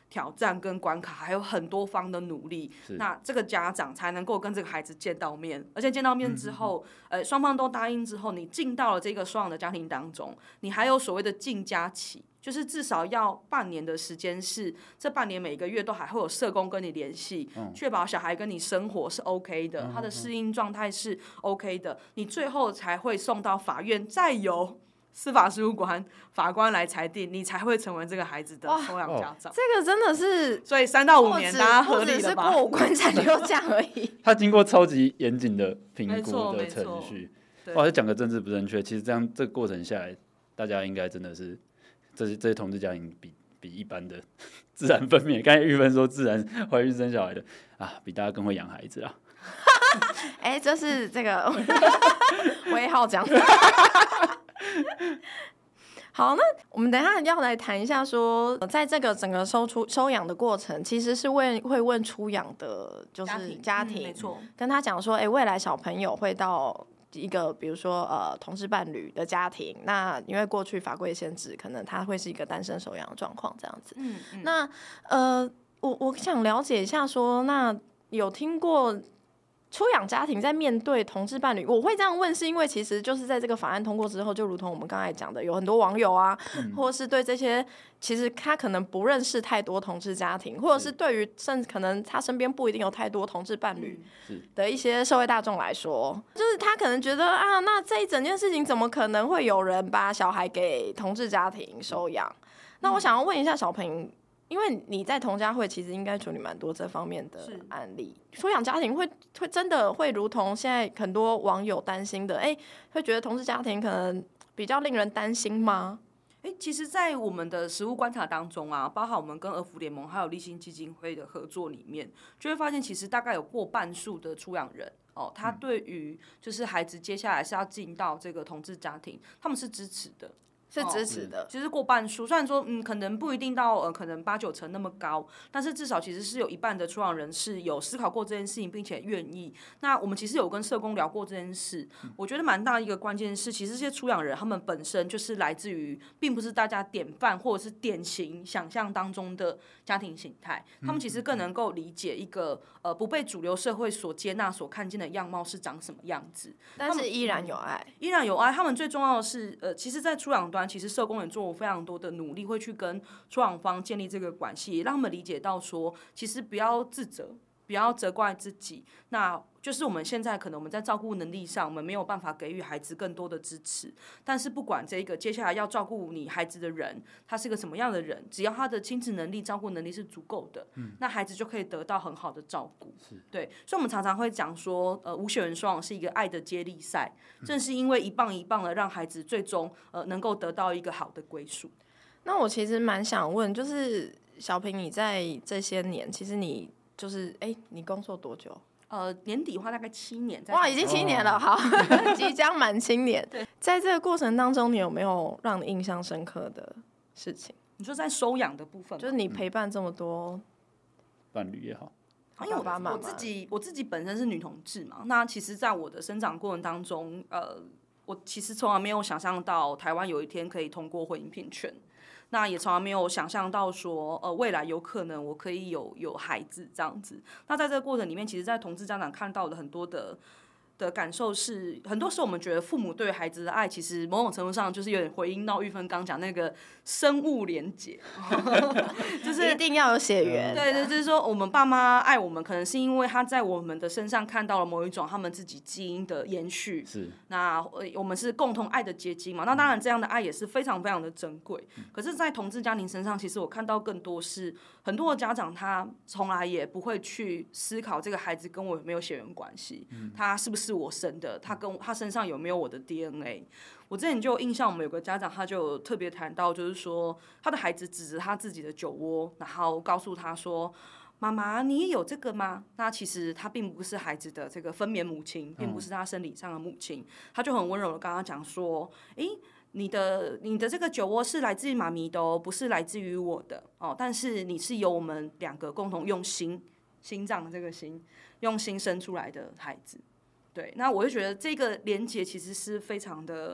挑战跟关卡，还有很多方的努力，那这个家长才能够跟这个孩子见到面，而且见到面之后，嗯、呃，双方都答应之后，你进到了这个双养的家庭当中，你还有所谓的进家期。就是至少要半年的时间，是这半年每个月都还会有社工跟你联系，确、嗯、保小孩跟你生活是 OK 的，嗯、他的适应状态是 OK 的，你最后才会送到法院，再由司法事务官法官来裁定，你才会成为这个孩子的收养家长。 这个真的是， 所以三到五年大家合理了吧？ 不只是过五关斩六将而已。 他经过超级严谨的评估的程序。哇，这讲个政治不正确，其实这样这个过程下来，大家应该真的是。这些这些同志家庭比比一般的自然分娩，刚才玉芬说自然怀孕生小孩的啊，比大家更会养孩子啊。 哎、欸，这是这个威浩讲的。好，那我们等一下要来谈一下说，在这个整个收出收养的过程，其实是问会问出养的，就是家庭， 没错、嗯， 跟他讲说，哎、欸，未来小朋友会到。一个比如说呃同志伴侣的家庭，那因为过去法规限制，可能他会是一个单身收养的状况这样子。嗯嗯、那呃我我想了解一下说，那有听过出养家庭在面对同志伴侣，我会这样问是因为其实就是在这个法案通过之后，就如同我们刚才讲的，有很多网友啊，嗯、或者是对这些其实他可能不认识太多同志家庭，或者是对于甚至可能他身边不一定有太多同志伴侣的一些社会大众来说，就是他可能觉得啊，那这一整件事情怎么可能会有人把小孩给同志家庭收养？嗯、那我想要问一下小平。因为你在同家会其实应该处理蛮多这方面的案例，出养家庭会会真的会如同现在很多网友担心的，哎，会觉得同志家庭可能比较令人担心吗？ 哎，其实，在我们的实务观察当中啊，包含我们跟儿福联盟还有立新基金会的合作里面，就会发现其实大概有过半数的出养人哦，他对于就是孩子接下来是要进到这个同志家庭，他们是支持的。 是支持的、哦， 其实过半数，虽然说嗯，可能不一定到呃，可能八九成那么高，但是至少其实是有一半的出养人是有思考过这件事情，并且愿意。那我们其实有跟社工聊过这件事，嗯、我觉得蛮大一个关键是，其实这些出养人他们本身就是来自于，并不是大家典范或者是典型想象当中的家庭形态，他们其实更能够理解一个呃不被主流社会所接纳、所看见的样貌是长什么样子， 但是依然有爱， 依然有爱。他们最重要的是，呃，其实，在出养端。其实社工也做了非常多的努力，会去跟出养方建立这个关系，也让他们理解到说，其实不要自责，不要责怪自己。那就是我们现在可能我们在照顾能力上，我们没有办法给予孩子更多的支持。但是不管这个接下来要照顾你孩子的人，他是个什么样的人，只要他的亲子能力、照顾能力是足够的，嗯、那孩子就可以得到很好的照顾。对，所以我们常常会讲说，呃，无血缘双养是一个爱的接力赛，正是因为一棒一棒的让孩子最终呃能够得到一个好的归属。 那我其实蛮想问，就是小平，你在这些年，其实你就是哎，你工作多久？ 呃，年底的话大概七年。 哇，已经七年了，好，即将满七年。对，在这个过程当中，你有没有让你印象深刻的事情？ 你说在收养的部分， 就是你陪伴这么多伴侣也好。 因为我我自己我自己本身是女同志嘛，那其实在我的生长过程当中，呃，我其实从来没有想象到台湾有一天可以通过婚姻平权。那也从来没有想象到说，呃，未来有可能我可以有有孩子这样子。那在这个过程里面，其实，在同志家长看到的很多的的感受是，很多时候我们觉得父母对孩子的爱，其实某种程度上就是有点回应到玉芬刚讲那个生物连结， 就是一定要有血缘。 对对，就是说我们爸妈爱我们，可能是因为他在我们的身上看到了某一种他们自己基因的延续。 是。 那我们是共同爱的结晶嘛？那当然，这样的爱也是非常非常的珍贵。可是，在同志家庭身上，其实我看到更多是很多的家长，他从来也不会去思考这个孩子跟我有没有血缘关系，嗯、他是不是我生的，他跟他身上有没有我的 D N A。我之前就有印象，我们有个家长，他就特别谈到，就是说他的孩子指着他自己的酒窝，然后告诉他说：“妈妈，你也有这个吗？”那其实他并不是孩子的这个分娩母亲，并不是他生理上的母亲，他就很温柔的跟他讲说：“诶。你的你的这个酒窝是来自于妈咪的哦，不是来自于我的哦。但是你是由我们两个共同用心心脏这个心用心生出来的孩子。”对，那我就觉得这个连结其实是非常的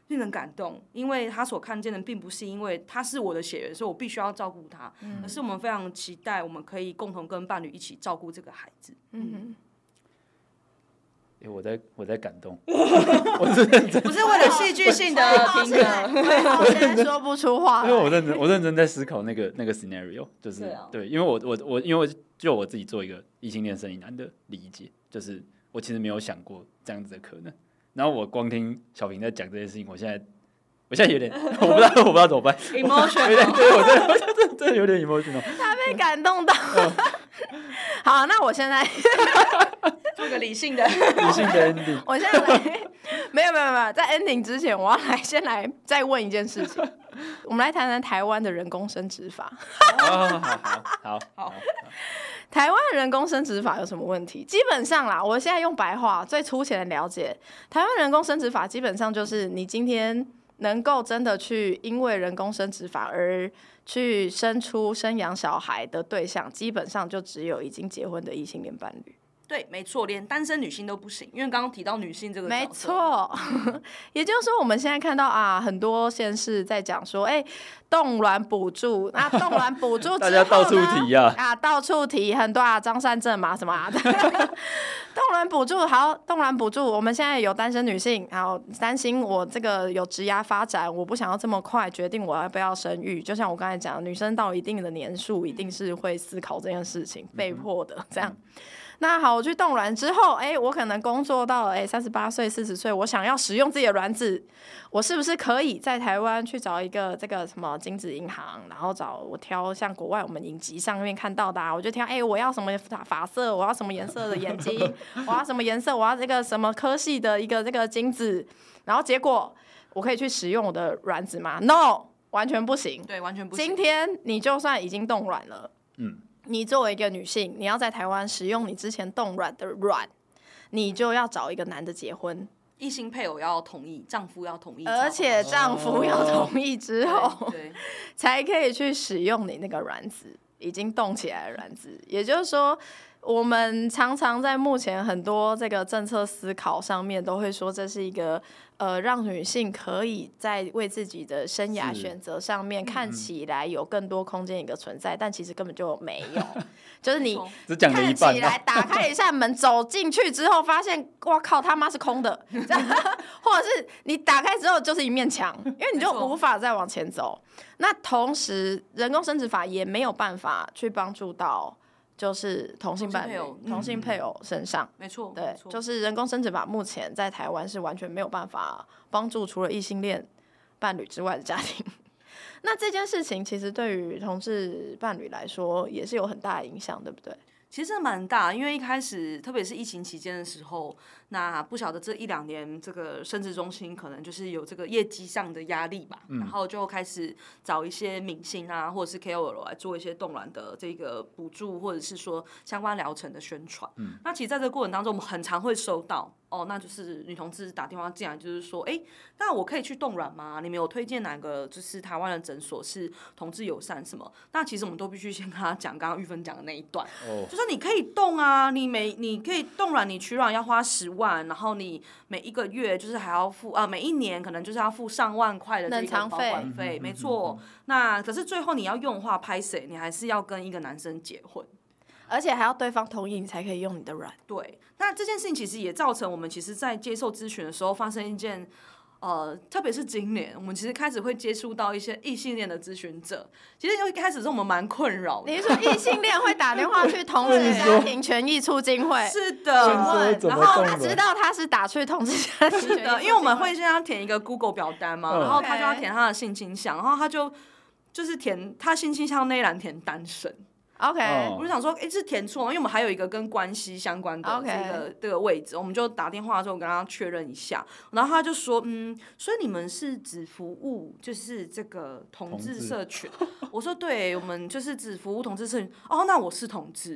令人感动，因为他所看见的并不是因为他是我的血缘，所以我必须要照顾他，嗯、而是我们非常期待我们可以共同跟伴侣一起照顾这个孩子。嗯， 欸、我在我在感动，我是认真， 不是为了戏剧性的听歌， 我现在说不出话， 因为我认真我认真在思考那个那个 scenario， 就是对,、啊、 对，因为我我我因为就我自己做一个异性恋生理男的理解，就是我其实没有想过这样子的可能。然后我光听小平在讲这件事情，我现在我现在有点我不知道我不知道怎么办 ，emotional， 有点对我真的我真的真的有点 emotional， 他被感动到。好，那我现在做个理性的理性的 ending。 我现在来，没有没有没有，在 ending 之前，我要来先来再问一件事情。我们来谈谈台湾的人工生殖法。 好好好好好。 台湾的人工生殖法有什么问题？基本上啦，我现在用白话最粗浅的了解，台湾人工生殖法基本上就是你今天能够真的去因为人工生殖法而去生出生养小孩的对象，基本上就只有已经结婚的异性恋伴侣。 对，没错，连单身女性都不行，因为刚刚提到女性这个角色。 没错，也就是说，我们现在看到啊，很多县市在讲说，哎、欸，冻卵补助，那冻卵补助之后呢， 大家到处提啊， 啊，到处提很多啊，张善政嘛什么啊的，冻卵补助好，冻卵补助，我们现在有单身女性，然后担心我这个有职涯发展，我不想要这么快决定我要不要生育，就像我刚才讲，女生到一定的年数，一定是会思考这件事情，被迫的这样。那好，我去冻卵之后，哎、欸，我可能工作到了哎三十八岁、四十岁，我想要使用自己的卵子，我是不是可以在台湾去找一个这个什么精子银行，然后找我挑像国外我们影集上面看到的、啊，我就挑哎、欸，我要什么发色，我要什么颜色的眼睛，我要什么颜色，我要这个什么科系的一个这个精子，然后结果我可以去使用我的卵子吗 ？No， 完全不行。 对，完全不行。 今天你就算已经冻卵了，嗯。你作为一个女性，你要在台湾使用你之前冻卵的卵，你就要找一个男的结婚， 异性配偶要同意，丈夫要同意， 而且丈夫要同意之后， 对， 才可以去使用你那个卵子，已经冻起来的卵子。也就是说，我们常常在目前很多这个政策思考上面，都会说这是一个呃，让女性可以在为自己的生涯选择上面看起来有更多空间一个存在，但其实根本就没有。就是你看起来打开一扇门走进去之后，发现哇靠他妈是空的，或者是你打开之后就是一面墙，因为你就无法再往前走。那同时，人工生殖法也没有办法去帮助到。就是同性伴侣、同性配偶身上， 没错， 对，就是人工生殖法目前在台湾是完全没有办法帮助除了异性恋伴侣之外的家庭。那这件事情其实对于同志伴侣来说也是有很大的影响，对不对？ 其实蛮大，因为一开始，特别是疫情期间的时候，那不晓得这一两年，这个生殖中心可能就是有这个业绩上的压力吧，嗯、然后就开始找一些明星啊，或者是 K O L 来做一些冻卵的这个补助，或者是说相关疗程的宣传。嗯、那其实在这个过程当中，我们很常会收到。哦，那就是女同志打电话进来，就是说，哎、欸，那我可以去冻卵吗？你们有推荐哪个就是台湾的诊所是同志友善什么？那其实我们都必须先跟他讲，刚刚玉芬讲的那一段，哦、就说你可以冻啊，你每你可以冻卵，你取卵要花十万，然后你每一个月就是还要付啊，每一年可能就是要付上万块的这个保管费，没错。那可是最后你要用的话，拍谁？你还是要跟一个男生结婚。 而且还要对方同意，你才可以用你的卵。 对，那这件事情其实也造成我们其实，在接受咨询的时候，发生一件，呃，特别是今年，我们其实开始会接触到一些异性恋的咨询者。其实一开始是我们蛮困扰的。 你是说异性恋会打电话去同志家庭权益促进会？ 是的， 然后他知道他是打去同志家庭权益促进会， 是的，因为我们会先要填一个 Google 表单嘛，嗯、然后他就要填他的性倾向，然后他就就是填他性倾向那一栏填单身。 OK， 我就想说，哎、欸，这填错吗？因为我们还有一个跟关系相关的这个、okay. 这个位置，我们就打电话之后跟他确认一下，然后他就说，嗯，所以你们是只服务就是这个同志社群？我说对，我们就是只服务同志社群。哦，那我是同志。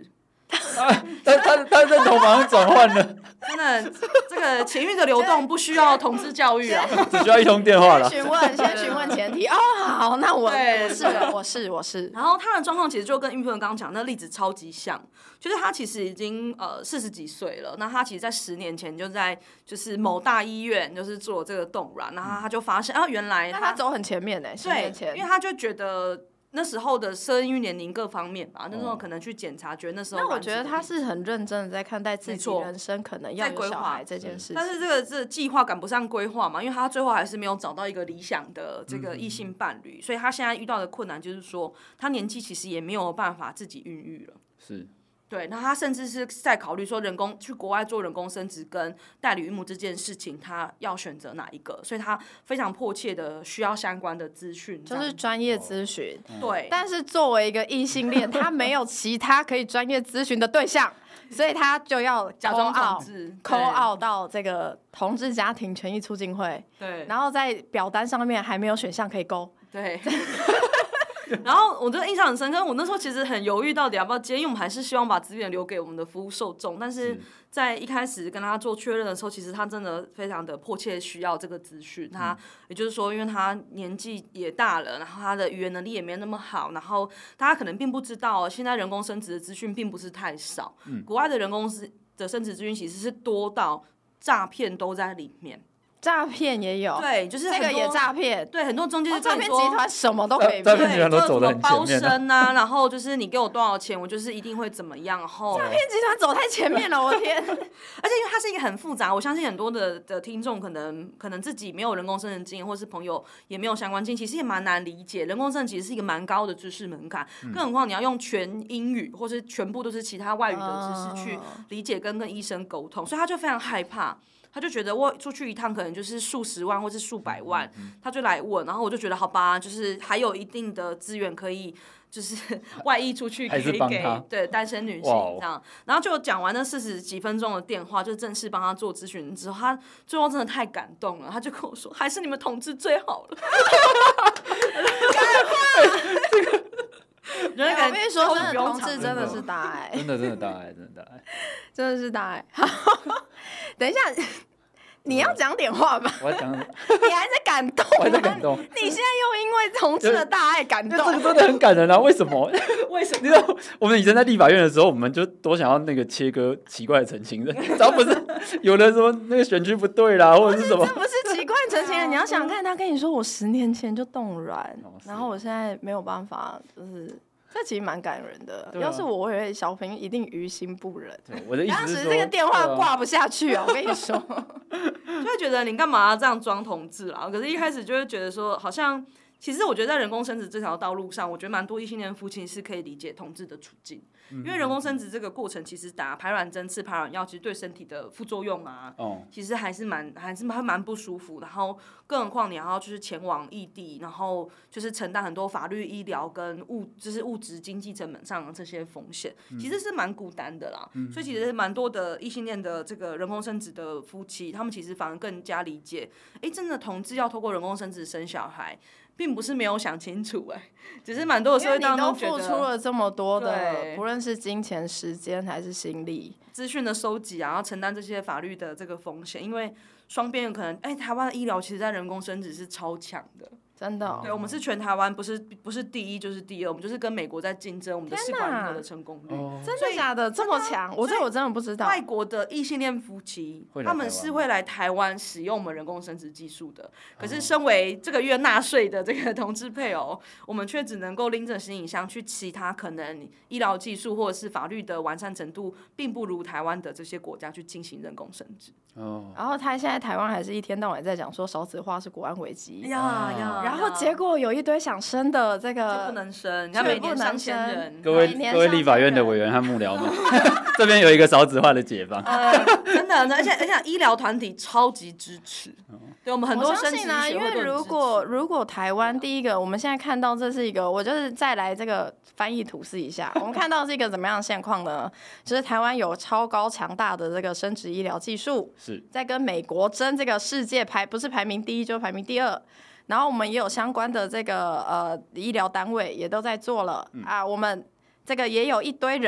他他他认同马上转换了， 真的，这个情欲的流动不需要同志教育啊， 只需要一通电话了。 先询问，先询问前提。哦，好，那我我是我是我是。 然后他的状况其实就跟玉芬刚刚讲那例子超级像，就是他其实已经呃四十几岁了，那他其实在十年前就在就是某大医院就是做这个冻卵，然后他就发现啊原来他他走很前面呢、欸，十年前， 因为他就觉得。那时候的生育年龄各方面吧，那时候可能去检查，觉得那时候。 那我觉得他是很认真的在看待自己人生可能要有小孩这件事情。 但是这个这计划赶不上规划嘛，因为他最后还是没有找到一个理想的这个异性伴侣，嗯、所以他现在遇到的困难就是说，他年纪其实也没有办法自己孕育了。 是。 对，那他甚至是在考虑说，人工去国外做人工生殖跟代理孕母这件事情，他要选择哪一个？所以他非常迫切的需要相关的资讯， 就是专业咨询。 哦、对， 但是作为一个异性恋，他没有其他可以专业咨询的对象，所以他就要假装同志 call out 到这个同志家庭权益促进会。 对， 然后在表单上面还没有选项可以勾。 对。然后我就印象很深刻，我那时候其实很犹豫到底要不要接，因为我们还是希望把资源留给我们的服务受众，但是在一开始跟他做确认的时候，其实他真的非常的迫切需要这个资讯。他也就是说，因为他年纪也大了，然后他的语言能力也没那么好，然后大家可能并不知道，现在人工生殖的资讯并不是太少，嗯、国外的人工的生殖资讯其实是多到诈骗都在里面。 诈骗也有， 对，就是这个也诈骗， 对，很多中介就诈骗集团什么都可以骗， 诈骗集团都走得很前面、啊， 包身啊，然后就是你给我多少钱，我就是一定会怎么样，然后诈骗集团走太前面了，我的天！而且因为它是一个很复杂，我相信很多的的听众可能可能自己没有人工生殖经验，或是朋友也没有相关经验，其实也蛮难理解。人工生殖其实是一个蛮高的知识门槛，嗯、更何况你要用全英语或是全部都是其他外语的知识去理解跟跟医生沟通，所以他就非常害怕。他就觉得我出去一趟可能就是数十万或是数百万，他就来问，然后我就觉得好吧，就是还有一定的资源可以，就是外溢出去可以给对单身女性这样，然后就讲完那四十几分钟的电话，就正式帮他做咨询之后，他最后真的太感动了，他就跟我说，还是你们同志最好了。 干话， 这个。 我跟你说，真的同志真的是大爱， 真的真的大爱，真的大爱， 真的是大爱。好，等一下，你要讲点话吧？ 我要讲，你还在感动吗？ 我还在感动。 你现在又因为同志的大爱感动， 这个真的很感人啊！为什么？ 为什么？ 你知道，我们以前在立法院的时候，我们就多想要那个切割奇怪的澄清人，只要不是有人说那个选区不对啦，或者是什么， 这不是奇怪澄清人。你要想看，他跟你说我十年前就冻卵，哦、然后我现在没有办法，就是这其实蛮感人的。啊、要是我，我会小平一定于心不忍。 我的意思是说， 当时这个电话挂不下去啊！我跟你说， 就会觉得你干嘛要这样装同志啦？可是一开始就会觉得说，好像。其实我觉得在人工生殖这条道路上，我觉得蛮多异性恋夫妻是可以理解同志的处境，因为人工生殖这个过程，其实打排卵针、吃排卵药，其实对身体的副作用啊，哦、其实还是蛮还是蛮蛮不舒服。然后，更何况你还要就是前往异地，然后就是承担很多法律、医疗跟物就是物质经济成本上的这些风险，其实是蛮孤单的啦。嗯、所以其实蛮多的异性恋的这个人工生殖的夫妻，他们其实反而更加理解，哎，真的同志要透过人工生殖生小孩。并不是没有想清楚哎、欸，只是蛮多的社会当中觉得， 因为你都付出了这么多的，不论是金钱、时间还是心力， 资讯的收集啊，然后承担这些法律的这个风险，因为双边有可能，哎、欸，台湾的医疗其实在人工生殖是超强的。 真的、哦， 对，我们是全台湾不是不是第一就是第二，我们就是跟美国在竞争我们的试管婴儿的成功率。 真的假的？这么强？我这我真的不知道。 外国的异性恋夫妻，他们是会来台湾使用我们人工生殖技术的。可是，身为这个月纳税的这个同志配偶，我们却只能够拎着行李箱去其他可能医疗技术或者是法律的完善程度并不如台湾的这些国家去进行人工生殖。 哦。 然后他现在台湾还是一天到晚在讲说少子化是国安危机。 呀呀。 然后结果有一堆想生的这个就不能生，人家每年上千人。 各位各位立法院的委员和幕僚们，这边有一个少子化的解放。 呃，真的，而且而且医疗团体超级支持。对我们很多生殖医学会都很支持。 因为如果如果台湾第一个，我们现在看到这是一个，我就是再来这个翻译吐司一下，我们看到是一个怎么样的现况呢？就是台湾有超高强大的这个生殖医疗技术， 是在跟美国争这个世界排不是排名第一就是排名第二。然后我们也有相关的这个呃医疗单位也都在做了、嗯、啊，我们这个也有一堆人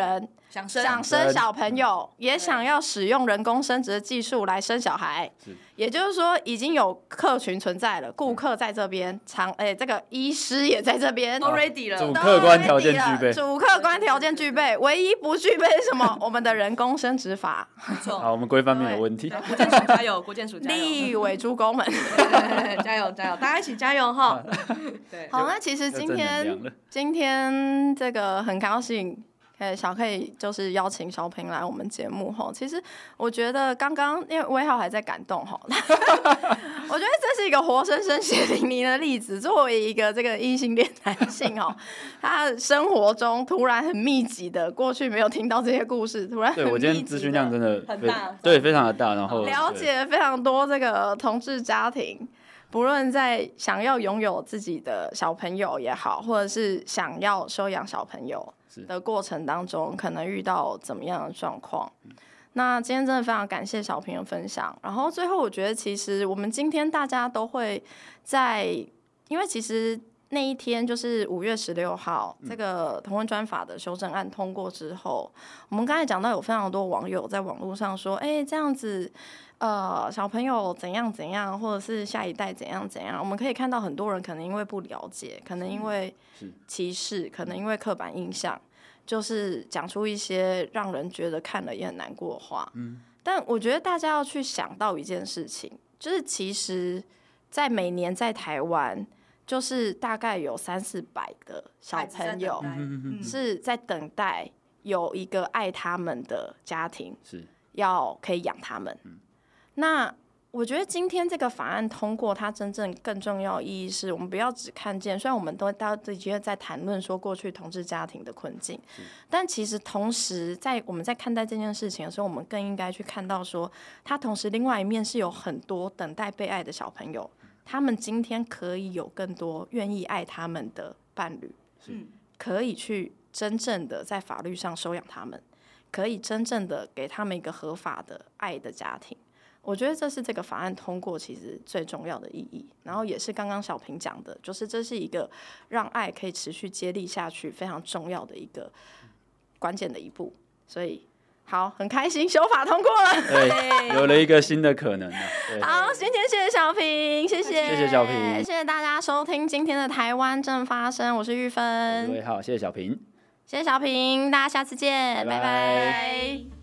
想生想生小朋友，也想要使用人工生殖的技术来生小孩，也就是说已经有客群存在了，顾客在这边，常哎这个医师也在这边， 都 ready 了， 主客观条件具备， 主客观条件具备，唯一不具备是什么？我们的人工生殖法。 好，我们规范没有问题。 国健署加油，国健署加油， 立委猪公们， 加油加油，大家一起加油哈！ 对，好，那其实今天今天这个很高兴。呃，小可以就是邀请小平来我们节目哈。其实我觉得刚刚因为威浩还在感动哈，我觉得这是一个活生生血淋淋的例子。作为一个这个异性恋男性哦，他生活中突然很密集的，过去没有听到这些故事，突然很密集的， 对我今天资讯量真的很大， 对，非常的大，然后了解非常多这个同志家庭。不论在想要拥有自己的小朋友也好，或者是想要收养小朋友的过程当中，可能遇到怎么样的状况。那今天真的非常感谢小平的分享。然后最后我觉得，其实我们今天大家都会在，因为其实那一天就是五月十六号，这个同婚专法的修正案通过之后，我们刚才讲到有非常多网友在网络上说，哎、欸，这样子。呃，小朋友怎样怎样，或者是下一代怎样怎样，我们可以看到很多人可能因为不了解，可能因为歧视，可能因为刻板印象，就是讲出一些让人觉得看了也很难过的话。嗯，但我觉得大家要去想到一件事情，就是其实，在每年在台湾，就是大概有三四百个小朋友是在等待有一个爱他们的家庭，是要可以养他们。嗯，那我觉得今天这个法案通过，它真正更重要的意义是我们不要只看见，虽然我们都大家已经在谈论说过去同志家庭的困境，但其实同时在我们在看待这件事情的时候，我们更应该去看到说，它同时另外一面是有很多等待被爱的小朋友，他们今天可以有更多愿意爱他们的伴侣，可以去真正的在法律上收养他们，可以真正的给他们一个合法的爱的家庭。我觉得这是这个法案通过其实最重要的意义，然后也是刚刚小平讲的，就是这是一个让爱可以持续接力下去非常重要的一个关键的一步。所以好，很开心修法通过了， 对，有了一个新的可能了。 好，今天谢谢小平，谢谢， 谢谢小平， 谢谢大家收听今天的台湾正发生，我是玉芬， 对，好，谢谢小平， 谢谢小平，大家下次见，拜拜。 拜拜。